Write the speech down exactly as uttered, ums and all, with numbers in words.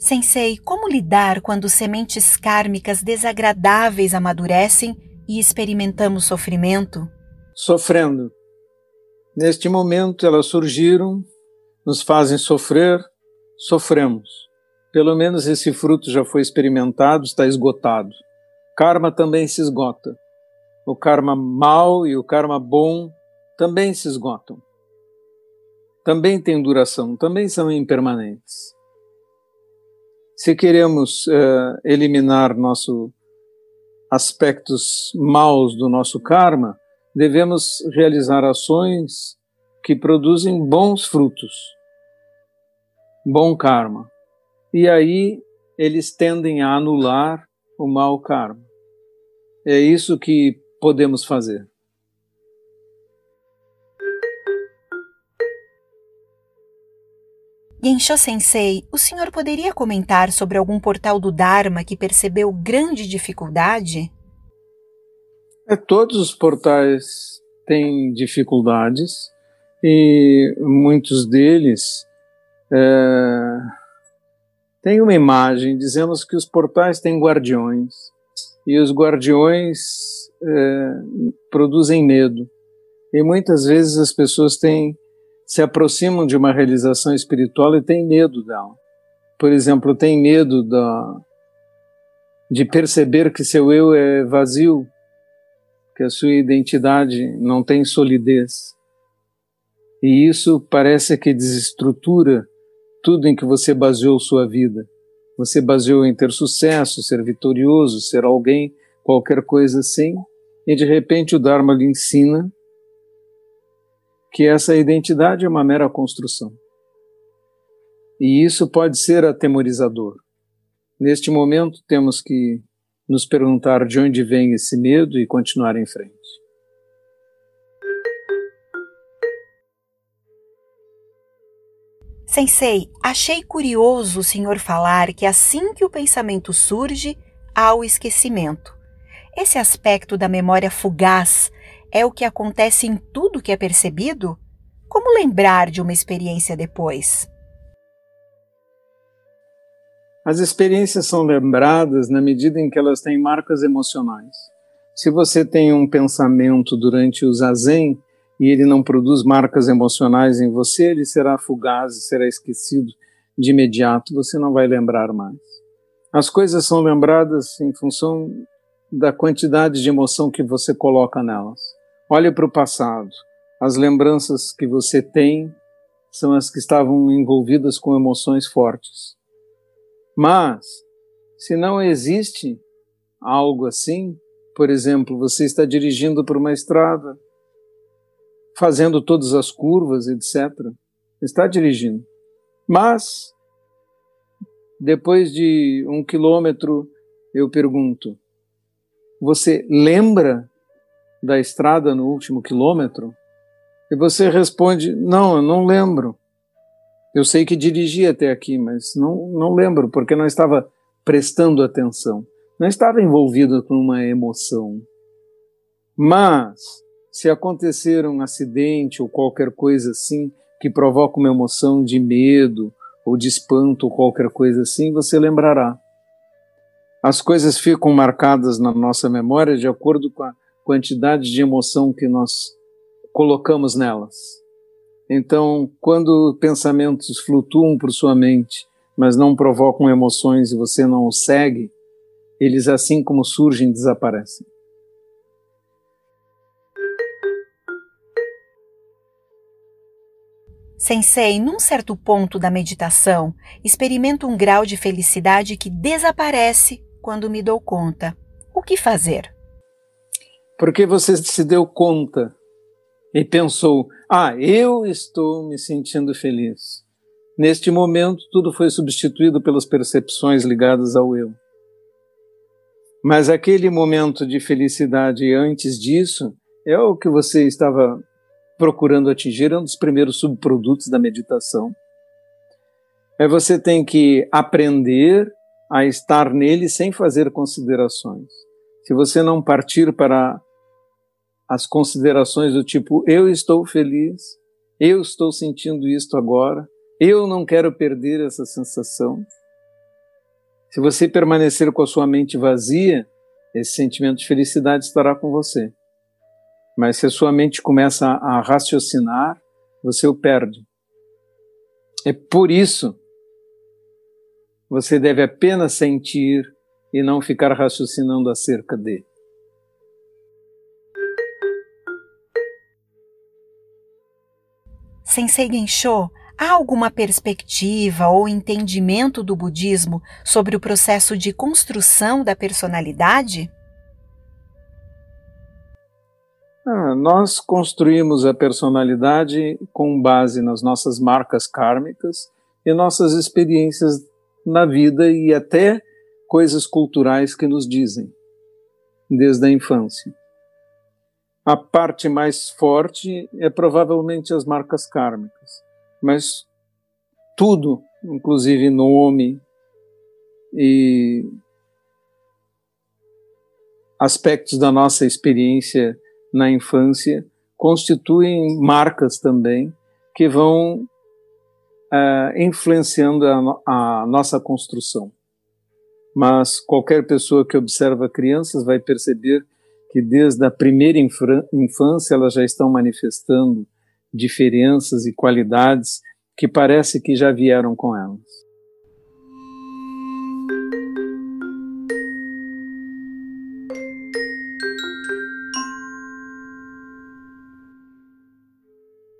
Sensei, como lidar quando sementes kármicas desagradáveis amadurecem e experimentamos sofrimento? Sofrendo. Neste momento elas surgiram, nos fazem sofrer, sofremos. Pelo menos esse fruto já foi experimentado, está esgotado. Karma também se esgota. O karma mau e o karma bom também se esgotam. Também têm duração, também são impermanentes. Se queremos uh, eliminar nossos aspectos maus do nosso karma, devemos realizar ações que produzem bons frutos, bom karma. E aí eles tendem a anular o mau karma. É isso que podemos fazer. Gensho Sensei, o senhor poderia comentar sobre algum portal do Dharma que percebeu grande dificuldade? É, todos os portais têm dificuldades e muitos deles é, têm uma imagem. Dizemos que os portais têm guardiões e os guardiões é, produzem medo. E muitas vezes as pessoas têm se aproximam de uma realização espiritual e têm medo dela. Por exemplo, tem medo da, de perceber que seu eu é vazio, que a sua identidade não tem solidez. E isso parece que desestrutura tudo em que você baseou sua vida. Você baseou em ter sucesso, ser vitorioso, ser alguém, qualquer coisa assim, e de repente o Dharma lhe ensina que essa identidade é uma mera construção. E isso pode ser atemorizador. Neste momento, temos que nos perguntar de onde vem esse medo e continuar em frente. Sensei, achei curioso o senhor falar que assim que o pensamento surge, há o esquecimento. Esse aspecto da memória fugaz é o que acontece em tudo que é percebido? Como lembrar de uma experiência depois? As experiências são lembradas na medida em que elas têm marcas emocionais. Se você tem um pensamento durante o zazen e ele não produz marcas emocionais em você, ele será fugaz e será esquecido de imediato, você não vai lembrar mais. As coisas são lembradas em função da quantidade de emoção que você coloca nelas. Olhe para o passado. As lembranças que você tem são as que estavam envolvidas com emoções fortes. Mas, se não existe algo assim, por exemplo, você está dirigindo por uma estrada, fazendo todas as curvas, etcétera, está dirigindo. Mas, depois de um quilômetro, eu pergunto, você lembra da estrada no último quilômetro? E você responde, não, eu não lembro. Eu sei que dirigi até aqui, mas não, não lembro, porque não estava prestando atenção. Não estava envolvido com uma emoção. Mas, se acontecer um acidente ou qualquer coisa assim, que provoca uma emoção de medo ou de espanto ou qualquer coisa assim, você lembrará. As coisas ficam marcadas na nossa memória de acordo com a quantidade de emoção que nós colocamos nelas. Então, quando pensamentos flutuam por sua mente, mas não provocam emoções e você não os segue, eles assim como surgem, desaparecem. Sensei, num certo ponto da meditação, experimento um grau de felicidade que desaparece quando me dou conta. O que fazer? Porque você se deu conta e pensou, ah, eu estou me sentindo feliz. Neste momento, tudo foi substituído pelas percepções ligadas ao eu. Mas aquele momento de felicidade antes disso é o que você estava procurando atingir, é um dos primeiros subprodutos da meditação. É você tem que aprender a estar nele sem fazer considerações. Se você não partir para as considerações do tipo, eu estou feliz, eu estou sentindo isto agora, eu não quero perder essa sensação, Se você permanecer com a sua mente vazia, esse sentimento de felicidade estará com você. Mas se a sua mente começa a raciocinar, você o perde. É por isso você deve apenas sentir e não ficar raciocinando acerca dele. Sensei Gensho, há alguma perspectiva ou entendimento do budismo sobre o processo de construção da personalidade? Ah, nós construímos a personalidade com base nas nossas marcas kármicas e nossas experiências na vida e até coisas culturais que nos dizem, desde a infância. A parte mais forte é provavelmente as marcas kármicas, mas tudo, inclusive nome e aspectos da nossa experiência na infância, constituem marcas também que vão uh, influenciando a, no a nossa construção. Mas qualquer pessoa que observa crianças vai perceber que desde a primeira infância elas já estão manifestando diferenças e qualidades que parece que já vieram com elas.